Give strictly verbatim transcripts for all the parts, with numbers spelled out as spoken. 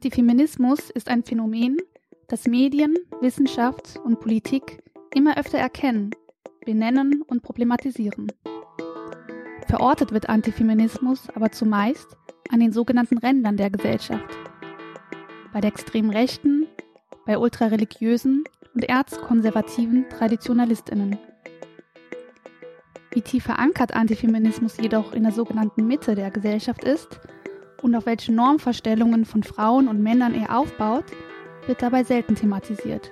Antifeminismus ist ein Phänomen, das Medien, Wissenschaft und Politik immer öfter erkennen, benennen und problematisieren. Verortet wird Antifeminismus aber zumeist an den sogenannten Rändern der Gesellschaft. Bei der extremen Rechten, bei ultrareligiösen und erzkonservativen TraditionalistInnen. Wie tief verankert Antifeminismus jedoch in der sogenannten Mitte der Gesellschaft ist und auf welche Normvorstellungen von Frauen und Männern er aufbaut, wird dabei selten thematisiert.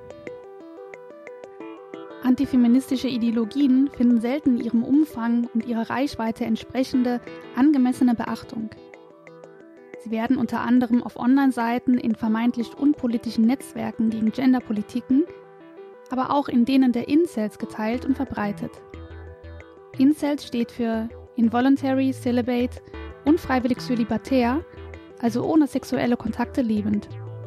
Antifeministische Ideologien finden selten ihrem Umfang und ihrer Reichweite entsprechende, angemessene Beachtung. Sie werden unter anderem auf Online-Seiten in vermeintlich unpolitischen Netzwerken gegen Genderpolitiken, aber auch in denen der Incels geteilt und verbreitet. Incels steht für Involuntary Celibate, unfreiwillig zölibatär, also ohne sexuelle Kontakte lebend.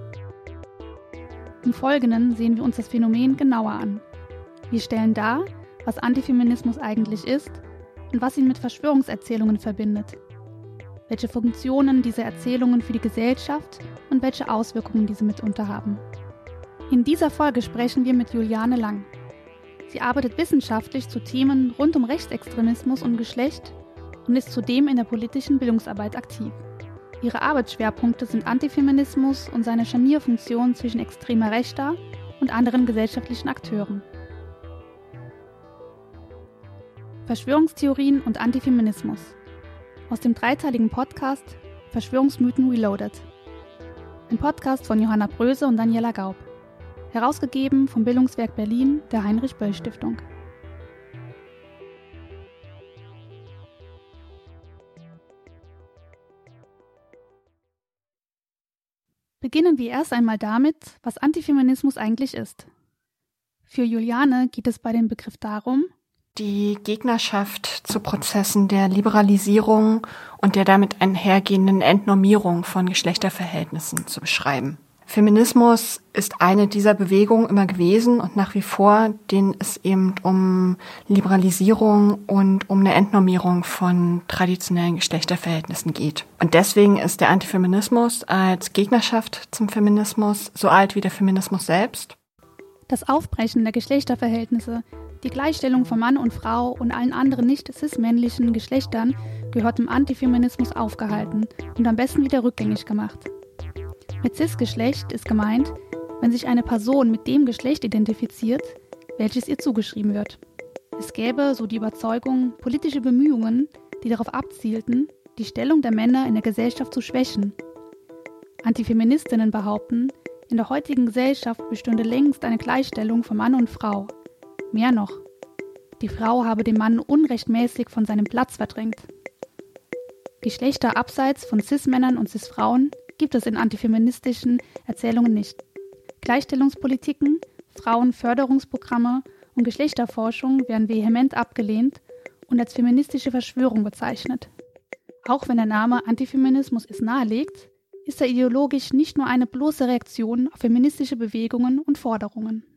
Im Folgenden sehen wir uns das Phänomen genauer an. Wir stellen dar, was Antifeminismus eigentlich ist und was ihn mit Verschwörungserzählungen verbindet, welche Funktionen diese Erzählungen für die Gesellschaft und welche Auswirkungen diese mitunter haben. In dieser Folge sprechen wir mit Juliane Lang. Sie arbeitet wissenschaftlich zu Themen rund um Rechtsextremismus und Geschlecht und ist zudem in der politischen Bildungsarbeit aktiv. Ihre Arbeitsschwerpunkte sind Antifeminismus und seine Scharnierfunktion zwischen extremer Rechter und anderen gesellschaftlichen Akteuren. Verschwörungstheorien und Antifeminismus. Aus dem dreiteiligen Podcast Verschwörungsmythen Reloaded. Ein Podcast von Johanna Bröse und Daniela Gaub. Herausgegeben vom Bildungswerk Berlin der Heinrich-Böll-Stiftung. Beginnen wir erst einmal damit, was Antifeminismus eigentlich ist. Für Juliane geht es bei dem Begriff darum, die Gegnerschaft zu Prozessen der Liberalisierung und der damit einhergehenden Entnormierung von Geschlechterverhältnissen zu beschreiben. Feminismus ist eine dieser Bewegungen immer gewesen und nach wie vor, denen es eben um Liberalisierung und um eine Entnormierung von traditionellen Geschlechterverhältnissen geht. Und deswegen ist der Antifeminismus als Gegnerschaft zum Feminismus so alt wie der Feminismus selbst. Das Aufbrechen der Geschlechterverhältnisse, die Gleichstellung von Mann und Frau und allen anderen nicht cis-männlichen Geschlechtern gehört im Antifeminismus aufgehalten und am besten wieder rückgängig gemacht. Mit Cis-Geschlecht ist gemeint, wenn sich eine Person mit dem Geschlecht identifiziert, welches ihr zugeschrieben wird. Es gäbe, so die Überzeugung, politische Bemühungen, die darauf abzielten, die Stellung der Männer in der Gesellschaft zu schwächen. Antifeministinnen behaupten, in der heutigen Gesellschaft bestünde längst eine Gleichstellung von Mann und Frau. Mehr noch, die Frau habe den Mann unrechtmäßig von seinem Platz verdrängt. Geschlechter abseits von Cis-Männern und Cis-Frauen gibt es in antifeministischen Erzählungen nicht. Gleichstellungspolitiken, Frauenförderungsprogramme und Geschlechterforschung werden vehement abgelehnt und als feministische Verschwörung bezeichnet. Auch wenn der Name Antifeminismus es nahelegt, ist er ideologisch nicht nur eine bloße Reaktion auf feministische Bewegungen und Forderungen.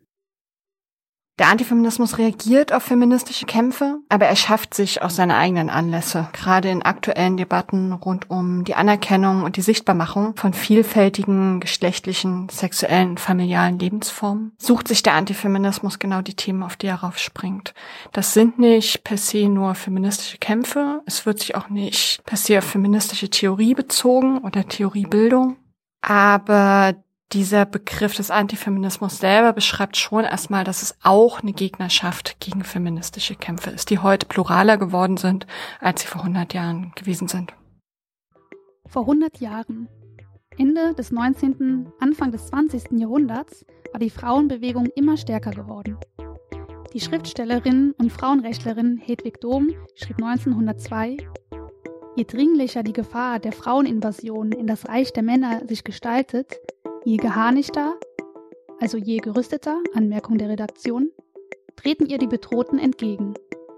Der Antifeminismus reagiert auf feministische Kämpfe, aber er schafft sich auch seine eigenen Anlässe. Gerade in aktuellen Debatten rund um die Anerkennung und die Sichtbarmachung von vielfältigen geschlechtlichen, sexuellen, familialen Lebensformen sucht sich der Antifeminismus genau die Themen, auf die er raufspringt. Das sind nicht per se nur feministische Kämpfe, es wird sich auch nicht per se auf feministische Theorie bezogen oder Theoriebildung, aber dieser Begriff des Antifeminismus selber beschreibt schon erstmal, dass es auch eine Gegnerschaft gegen feministische Kämpfe ist, die heute pluraler geworden sind, als sie vor hundert Jahren gewesen sind. Vor hundert Jahren, Ende des neunzehnten, Anfang des zwanzigsten Jahrhunderts, war die Frauenbewegung immer stärker geworden. Die Schriftstellerin und Frauenrechtlerin Hedwig Dohm schrieb neunzehnhundertzwei: Je dringlicher die Gefahr der Fraueninvasion in das Reich der Männer sich gestaltet, je geharnischter, also je gerüsteter, Anmerkung der Redaktion, treten ihr die Bedrohten entgegen.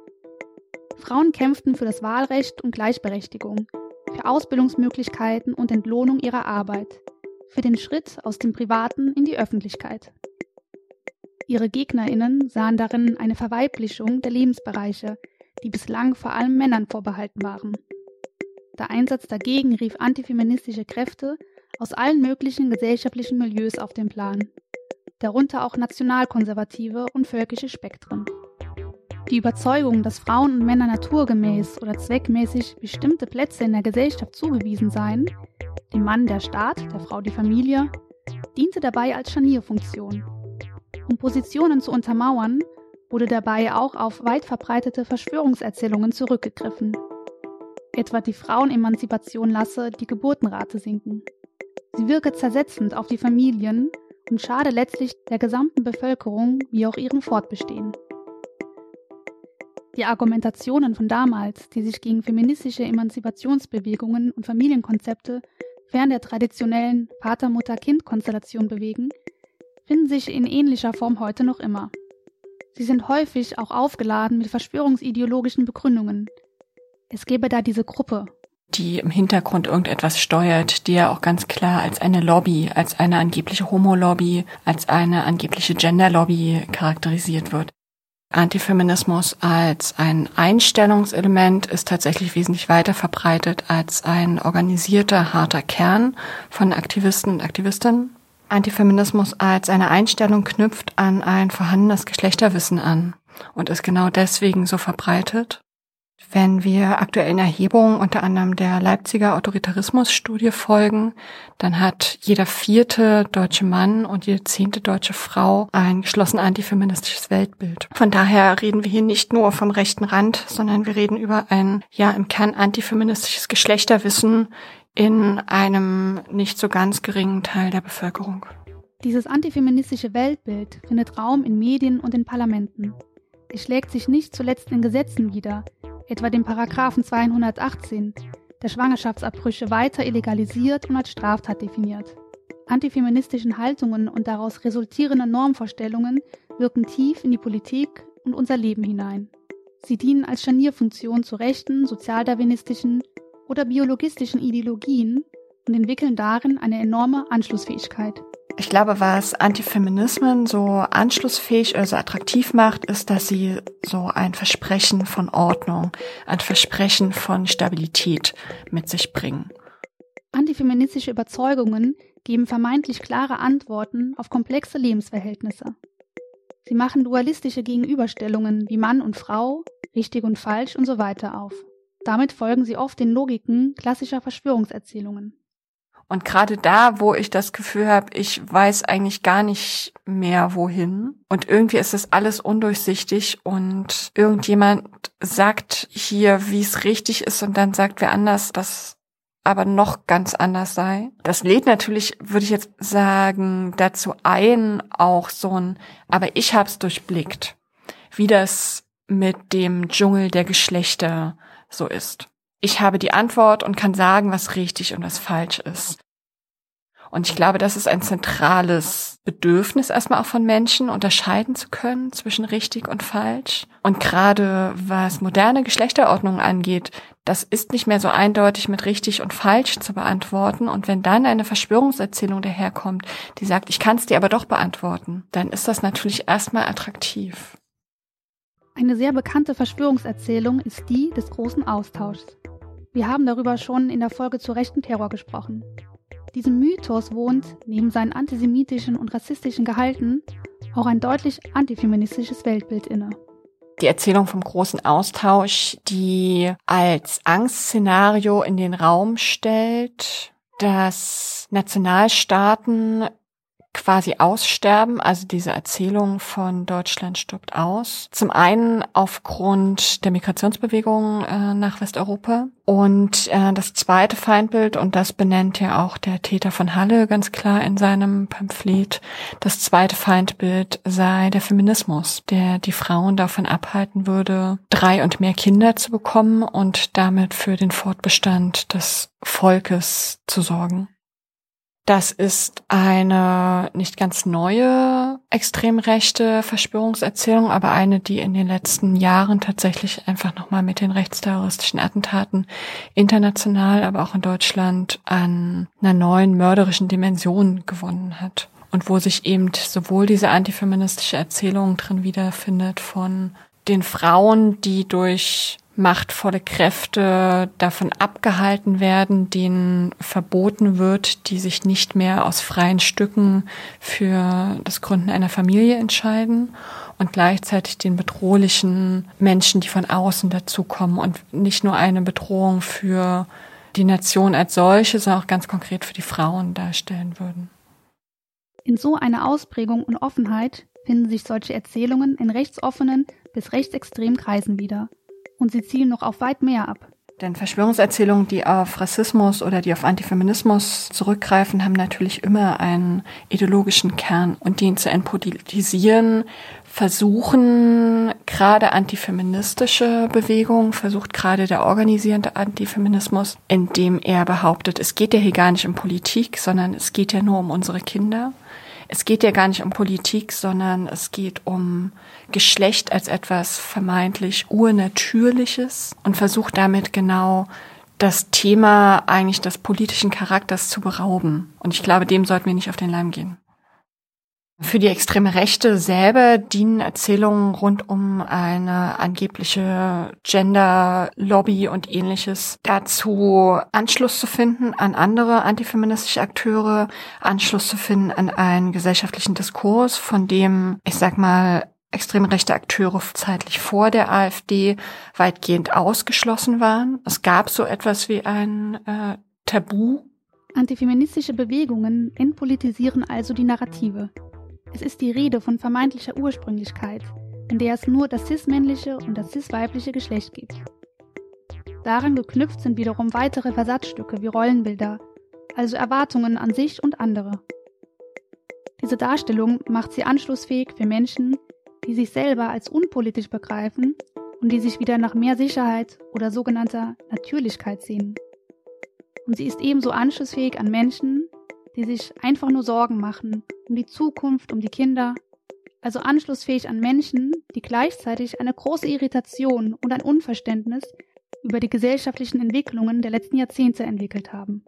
Frauen kämpften für das Wahlrecht und Gleichberechtigung, für Ausbildungsmöglichkeiten und Entlohnung ihrer Arbeit, für den Schritt aus dem Privaten in die Öffentlichkeit. Ihre GegnerInnen sahen darin eine Verweiblichung der Lebensbereiche, die bislang vor allem Männern vorbehalten waren. Der Einsatz dagegen rief antifeministische Kräfte aus allen möglichen gesellschaftlichen Milieus auf den Plan, darunter auch nationalkonservative und völkische Spektren. Die Überzeugung, dass Frauen und Männer naturgemäß oder zweckmäßig bestimmte Plätze in der Gesellschaft zugewiesen seien, dem Mann der Staat, der Frau die Familie, diente dabei als Scharnierfunktion. Um Positionen zu untermauern, wurde dabei auch auf weit verbreitete Verschwörungserzählungen zurückgegriffen. Etwa die Frauenemanzipation lasse die Geburtenrate sinken. Sie wirke zersetzend auf die Familien und schade letztlich der gesamten Bevölkerung wie auch ihrem Fortbestehen. Die Argumentationen von damals, die sich gegen feministische Emanzipationsbewegungen und Familienkonzepte fern der traditionellen Vater-Mutter-Kind-Konstellation bewegen, finden sich in ähnlicher Form heute noch immer. Sie sind häufig auch aufgeladen mit verschwörungsideologischen Begründungen. Es gäbe da diese Gruppe, die im Hintergrund irgendetwas steuert, die ja auch ganz klar als eine Lobby, als eine angebliche Homo-Lobby, als eine angebliche Gender-Lobby charakterisiert wird. Antifeminismus als ein Einstellungselement ist tatsächlich wesentlich weiter verbreitet als ein organisierter, harter Kern von Aktivisten und Aktivistinnen. Antifeminismus als eine Einstellung knüpft an ein vorhandenes Geschlechterwissen an und ist genau deswegen so verbreitet. Wenn wir aktuellen Erhebungen unter anderem der Leipziger Autoritarismusstudie folgen, dann hat jeder vierte deutsche Mann und jede zehnte deutsche Frau ein geschlossen antifeministisches Weltbild. Von daher reden wir hier nicht nur vom rechten Rand, sondern wir reden über ein, ja, im Kern antifeministisches Geschlechterwissen in einem nicht so ganz geringen Teil der Bevölkerung. Dieses antifeministische Weltbild findet Raum in Medien und in Parlamenten. Es schlägt sich nicht zuletzt in Gesetzen nieder, etwa dem Paragraphen zweihundertachtzehn, der Schwangerschaftsabbrüche weiter illegalisiert und als Straftat definiert. Antifeministischen Haltungen und daraus resultierende Normvorstellungen wirken tief in die Politik und unser Leben hinein. Sie dienen als Scharnierfunktion zu rechten, sozialdarwinistischen oder biologistischen Ideologien und entwickeln darin eine enorme Anschlussfähigkeit. Ich glaube, was Antifeminismen so anschlussfähig oder so attraktiv macht, ist, dass sie so ein Versprechen von Ordnung, ein Versprechen von Stabilität mit sich bringen. Antifeministische Überzeugungen geben vermeintlich klare Antworten auf komplexe Lebensverhältnisse. Sie machen dualistische Gegenüberstellungen wie Mann und Frau, richtig und falsch und so weiter auf. Damit folgen sie oft den Logiken klassischer Verschwörungserzählungen. Und gerade da, wo ich das Gefühl habe, ich weiß eigentlich gar nicht mehr wohin und irgendwie ist das alles undurchsichtig und irgendjemand sagt hier, wie es richtig ist und dann sagt wer anders, dass aber noch ganz anders sei. Das lädt natürlich, würde ich jetzt sagen, dazu ein, auch so ein, aber ich habe es durchblickt, wie das mit dem Dschungel der Geschlechter so ist. Ich habe die Antwort und kann sagen, was richtig und was falsch ist. Und ich glaube, das ist ein zentrales Bedürfnis erstmal auch von Menschen, unterscheiden zu können zwischen richtig und falsch. Und gerade was moderne Geschlechterordnungen angeht, das ist nicht mehr so eindeutig mit richtig und falsch zu beantworten. Und wenn dann eine Verschwörungserzählung daherkommt, die sagt, ich kann es dir aber doch beantworten, dann ist das natürlich erstmal attraktiv. Eine sehr bekannte Verschwörungserzählung ist die des großen Austauschs. Wir haben darüber schon in der Folge zu rechten Terror gesprochen. Diesem Mythos wohnt, neben seinen antisemitischen und rassistischen Gehalten, auch ein deutlich antifeministisches Weltbild inne. Die Erzählung vom großen Austausch, die als Angstszenario in den Raum stellt, dass Nationalstaaten quasi aussterben, also diese Erzählung von Deutschland stirbt aus. Zum einen aufgrund der Migrationsbewegung äh, nach Westeuropa und äh, das zweite Feindbild, und das benennt ja auch der Täter von Halle ganz klar in seinem Pamphlet, das zweite Feindbild sei der Feminismus, der die Frauen davon abhalten würde, drei und mehr Kinder zu bekommen und damit für den Fortbestand des Volkes zu sorgen. Das ist eine nicht ganz neue extrem rechte Verschwörungserzählung, aber eine, die in den letzten Jahren tatsächlich einfach nochmal mit den rechtsterroristischen Attentaten international, aber auch in Deutschland an einer neuen mörderischen Dimension gewonnen hat. Und wo sich eben sowohl diese antifeministische Erzählung drin wiederfindet von den Frauen, die durch machtvolle Kräfte davon abgehalten werden, denen verboten wird, die sich nicht mehr aus freien Stücken für das Gründen einer Familie entscheiden, und gleichzeitig den bedrohlichen Menschen, die von außen dazukommen und nicht nur eine Bedrohung für die Nation als solche, sondern auch ganz konkret für die Frauen darstellen würden. In so einer Ausprägung und Offenheit finden sich solche Erzählungen in rechtsoffenen bis rechtsextremen Kreisen wieder. Und sie zielen noch auf weit mehr ab. Denn Verschwörungserzählungen, die auf Rassismus oder die auf Antifeminismus zurückgreifen, haben natürlich immer einen ideologischen Kern. Und den zu entpolitisieren, versuchen gerade antifeministische Bewegungen, versucht gerade der organisierende Antifeminismus, indem er behauptet, es geht ja hier gar nicht um Politik, sondern es geht ja nur um unsere Kinder. Es geht ja gar nicht um Politik, sondern es geht um Geschlecht als etwas vermeintlich Urnatürliches und versucht damit genau das Thema eigentlich des politischen Charakters zu berauben. Und ich glaube, dem sollten wir nicht auf den Leim gehen. Für die extreme Rechte selber dienen Erzählungen rund um eine angebliche Gender-Lobby und Ähnliches dazu, Anschluss zu finden an andere antifeministische Akteure, Anschluss zu finden an einen gesellschaftlichen Diskurs, von dem, ich sag mal, extreme rechte Akteure zeitlich vor der AfD weitgehend ausgeschlossen waren. Es gab so etwas wie ein äh, Tabu. Antifeministische Bewegungen entpolitisieren also die Narrative. Es ist die Rede von vermeintlicher Ursprünglichkeit, in der es nur das cis-männliche und das cis-weibliche Geschlecht gibt. Daran geknüpft sind wiederum weitere Versatzstücke wie Rollenbilder, also Erwartungen an sich und andere. Diese Darstellung macht sie anschlussfähig für Menschen, die sich selber als unpolitisch begreifen und die sich wieder nach mehr Sicherheit oder sogenannter Natürlichkeit sehnen. Und sie ist ebenso anschlussfähig an Menschen, die sich einfach nur Sorgen machen um die Zukunft, um die Kinder, also anschlussfähig an Menschen, die gleichzeitig eine große Irritation und ein Unverständnis über die gesellschaftlichen Entwicklungen der letzten Jahrzehnte entwickelt haben.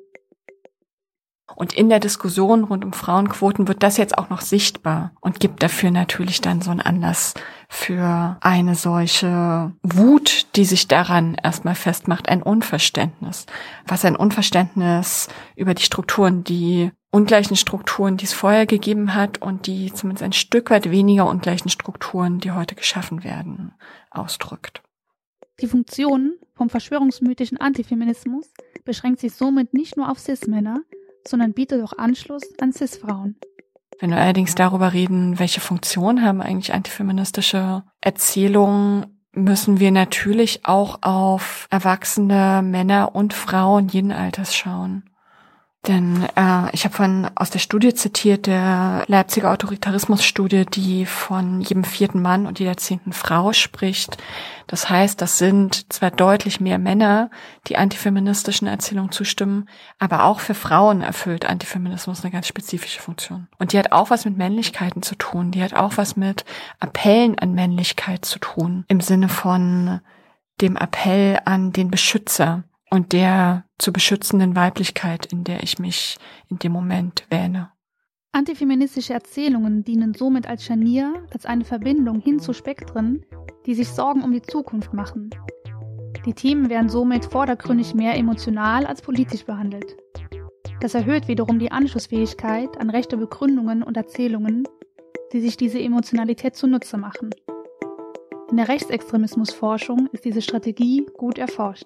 Und in der Diskussion rund um Frauenquoten wird das jetzt auch noch sichtbar und gibt dafür natürlich dann so einen Anlass für eine solche Wut, die sich daran erstmal festmacht, ein Unverständnis. Was ein Unverständnis über die Strukturen, die ungleichen Strukturen, die es vorher gegeben hat und die zumindest ein Stück weit weniger ungleichen Strukturen, die heute geschaffen werden, ausdrückt. Die Funktion vom verschwörungsmythischen Antifeminismus beschränkt sich somit nicht nur auf Cis-Männer, sondern bietet auch Anschluss an Cis-Frauen. Wenn wir allerdings darüber reden, welche Funktion haben eigentlich antifeministische Erzählungen, müssen wir natürlich auch auf erwachsene Männer und Frauen jeden Alters schauen. Denn äh, ich habe von aus der Studie zitiert, der Leipziger Autoritarismus-Studie, die von jedem vierten Mann und jeder zehnten Frau spricht. Das heißt, das sind zwar deutlich mehr Männer, die antifeministischen Erzählungen zustimmen, aber auch für Frauen erfüllt Antifeminismus eine ganz spezifische Funktion. Und die hat auch was mit Männlichkeiten zu tun, die hat auch was mit Appellen an Männlichkeit zu tun, im Sinne von dem Appell an den Beschützer und der zu beschützenden Weiblichkeit, in der ich mich in dem Moment wähne. Antifeministische Erzählungen dienen somit als Scharnier, als eine Verbindung hin zu Spektren, die sich Sorgen um die Zukunft machen. Die Themen werden somit vordergründig mehr emotional als politisch behandelt. Das erhöht wiederum die Anschlussfähigkeit an rechte Begründungen und Erzählungen, die sich diese Emotionalität zunutze machen. In der Rechtsextremismusforschung ist diese Strategie gut erforscht.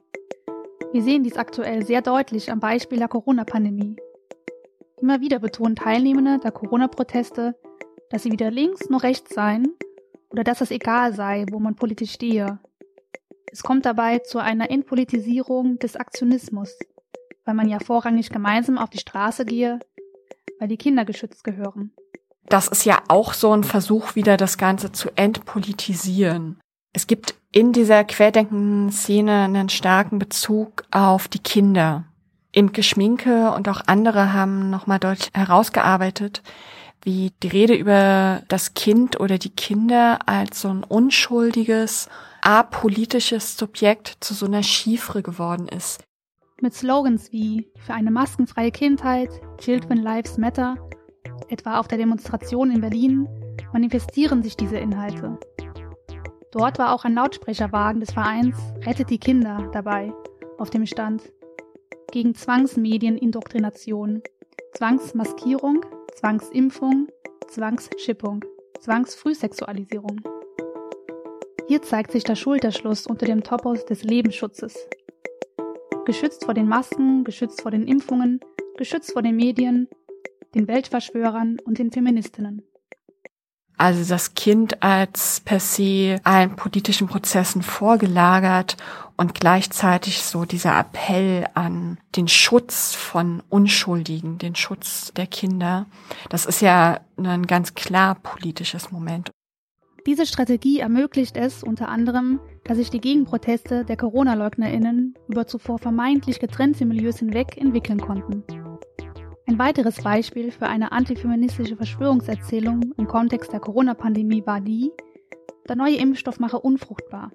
Wir sehen dies aktuell sehr deutlich am Beispiel der Corona-Pandemie. Immer wieder betonen Teilnehmende der Corona-Proteste, dass sie weder links noch rechts seien oder dass es egal sei, wo man politisch stehe. Es kommt dabei zu einer Entpolitisierung des Aktionismus, weil man ja vorrangig gemeinsam auf die Straße gehe, weil die Kinder geschützt gehören. Das ist ja auch so ein Versuch, wieder das Ganze zu entpolitisieren. Es gibt in dieser Querdenken-Szene einen starken Bezug auf die Kinder. Imke Schminke und auch andere haben nochmal deutlich herausgearbeitet, wie die Rede über das Kind oder die Kinder als so ein unschuldiges, apolitisches Subjekt zu so einer Chiffre geworden ist. Mit Slogans wie „Für eine maskenfreie Kindheit", „Children Lives Matter", etwa auf der Demonstration in Berlin, manifestieren sich diese Inhalte. Dort war auch ein Lautsprecherwagen des Vereins Rettet die Kinder dabei, auf dem Stand gegen Zwangsmedienindoktrination, Zwangsmaskierung, Zwangsimpfung, Zwangschippung, Zwangsfrühsexualisierung. Hier zeigt sich der Schulterschluss unter dem Topos des Lebensschutzes. Geschützt vor den Masken, geschützt vor den Impfungen, geschützt vor den Medien, den Weltverschwörern und den Feministinnen. Also das Kind als per se allen politischen Prozessen vorgelagert und gleichzeitig so dieser Appell an den Schutz von Unschuldigen, den Schutz der Kinder. Das ist ja ein ganz klar politisches Moment. Diese Strategie ermöglicht es unter anderem, dass sich die Gegenproteste der Corona-LeugnerInnen über zuvor vermeintlich getrennte Milieus hinweg entwickeln konnten. Ein weiteres Beispiel für eine antifeministische Verschwörungserzählung im Kontext der Corona-Pandemie war die, der neue Impfstoff mache unfruchtbar.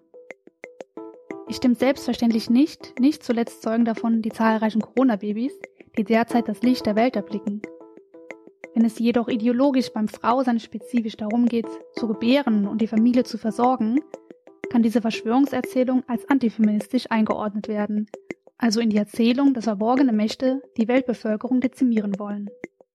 Ich stimme selbstverständlich nicht, nicht zuletzt zeugen davon die zahlreichen Corona-Babys, die derzeit das Licht der Welt erblicken. Wenn es jedoch ideologisch beim Frausein spezifisch darum geht, zu gebären und die Familie zu versorgen, kann diese Verschwörungserzählung als antifeministisch eingeordnet werden, also in die Erzählung, dass verborgene Mächte die Weltbevölkerung dezimieren wollen.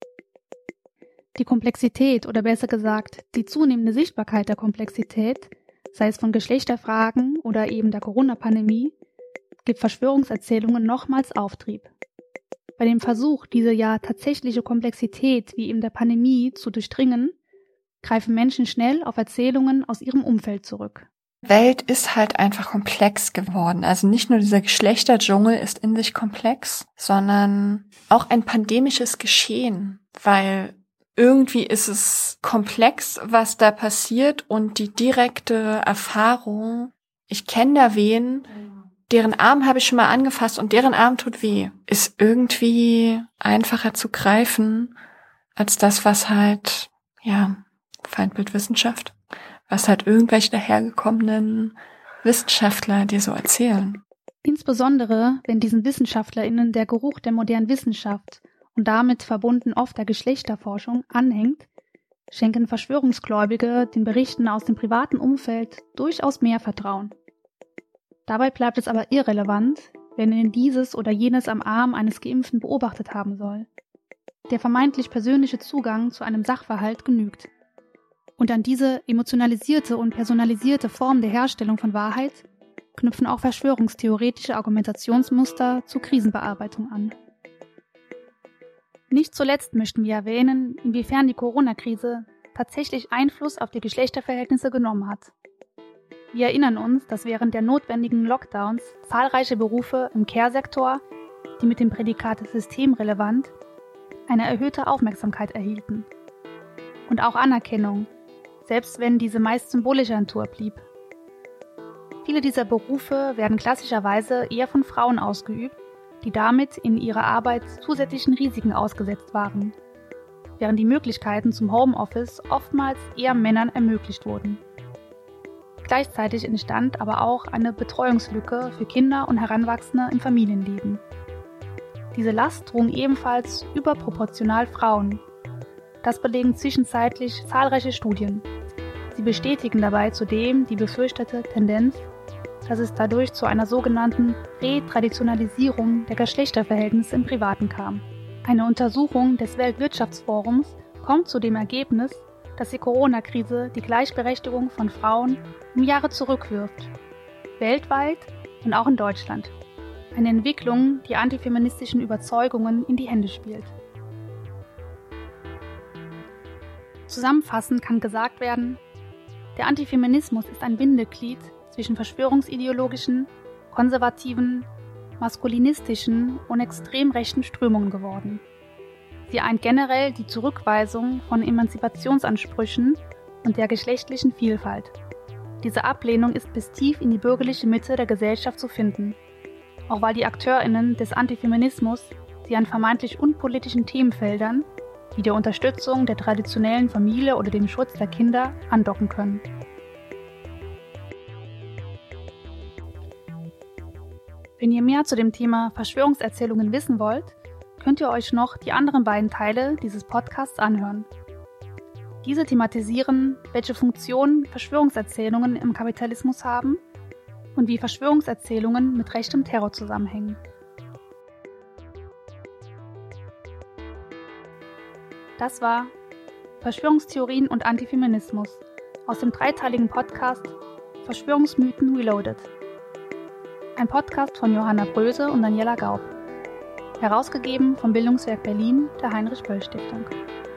Die Komplexität oder besser gesagt die zunehmende Sichtbarkeit der Komplexität, sei es von Geschlechterfragen oder eben der Corona-Pandemie, gibt Verschwörungserzählungen nochmals Auftrieb. Bei dem Versuch, diese ja tatsächliche Komplexität wie in der Pandemie zu durchdringen, greifen Menschen schnell auf Erzählungen aus ihrem Umfeld zurück. Welt ist halt einfach komplex geworden. Also nicht nur dieser Geschlechterdschungel ist in sich komplex, sondern auch ein pandemisches Geschehen, weil irgendwie ist es komplex, was da passiert und die direkte Erfahrung, ich kenne da wen, deren Arm habe ich schon mal angefasst und deren Arm tut weh, ist irgendwie einfacher zu greifen als das, was halt, ja, Feindbildwissenschaft, was halt irgendwelche dahergekommenen Wissenschaftler dir so erzählen. Insbesondere, wenn diesen WissenschaftlerInnen der Geruch der modernen Wissenschaft und damit verbunden oft der Geschlechterforschung anhängt, schenken Verschwörungsgläubige den Berichten aus dem privaten Umfeld durchaus mehr Vertrauen. Dabei bleibt es aber irrelevant, wenn ihnen dieses oder jenes am Arm eines Geimpften beobachtet haben soll. Der vermeintlich persönliche Zugang zu einem Sachverhalt genügt. Und an diese emotionalisierte und personalisierte Form der Herstellung von Wahrheit knüpfen auch verschwörungstheoretische Argumentationsmuster zur Krisenbearbeitung an. Nicht zuletzt möchten wir erwähnen, inwiefern die Corona-Krise tatsächlich Einfluss auf die Geschlechterverhältnisse genommen hat. Wir erinnern uns, dass während der notwendigen Lockdowns zahlreiche Berufe im Care-Sektor, die mit dem Prädikat systemrelevant, eine erhöhte Aufmerksamkeit erhielten. Und auch Anerkennung, selbst wenn diese meist symbolischer Natur blieb. Viele dieser Berufe werden klassischerweise eher von Frauen ausgeübt, die damit in ihrer Arbeit zusätzlichen Risiken ausgesetzt waren, während die Möglichkeiten zum Homeoffice oftmals eher Männern ermöglicht wurden. Gleichzeitig entstand aber auch eine Betreuungslücke für Kinder und Heranwachsende im Familienleben. Diese Last trugen ebenfalls überproportional Frauen. Das belegen zwischenzeitlich zahlreiche Studien. Sie bestätigen dabei zudem die befürchtete Tendenz, dass es dadurch zu einer sogenannten Retraditionalisierung der Geschlechterverhältnisse im Privaten kam. Eine Untersuchung des Weltwirtschaftsforums kommt zu dem Ergebnis, dass die Corona-Krise die Gleichberechtigung von Frauen um Jahre zurückwirft. Weltweit und auch in Deutschland. Eine Entwicklung, die antifeministischen Überzeugungen in die Hände spielt. Zusammenfassend kann gesagt werden, der Antifeminismus ist ein Bindeglied zwischen verschwörungsideologischen, konservativen, maskulinistischen und extrem rechten Strömungen geworden. Sie eint generell die Zurückweisung von Emanzipationsansprüchen und der geschlechtlichen Vielfalt. Diese Ablehnung ist bis tief in die bürgerliche Mitte der Gesellschaft zu finden, auch weil die AkteurInnen des Antifeminismus sie an vermeintlich unpolitischen Themenfeldern wie der Unterstützung der traditionellen Familie oder dem Schutz der Kinder andocken können. Wenn ihr mehr zu dem Thema Verschwörungserzählungen wissen wollt, könnt ihr euch noch die anderen beiden Teile dieses Podcasts anhören. Diese thematisieren, welche Funktion Verschwörungserzählungen im Kapitalismus haben und wie Verschwörungserzählungen mit rechtem Terror zusammenhängen. Das war Verschwörungstheorien und Antifeminismus aus dem dreiteiligen Podcast Verschwörungsmythen Reloaded. Ein Podcast von Johanna Bröse und Daniela Gaub. Herausgegeben vom Bildungswerk Berlin der Heinrich-Böll-Stiftung.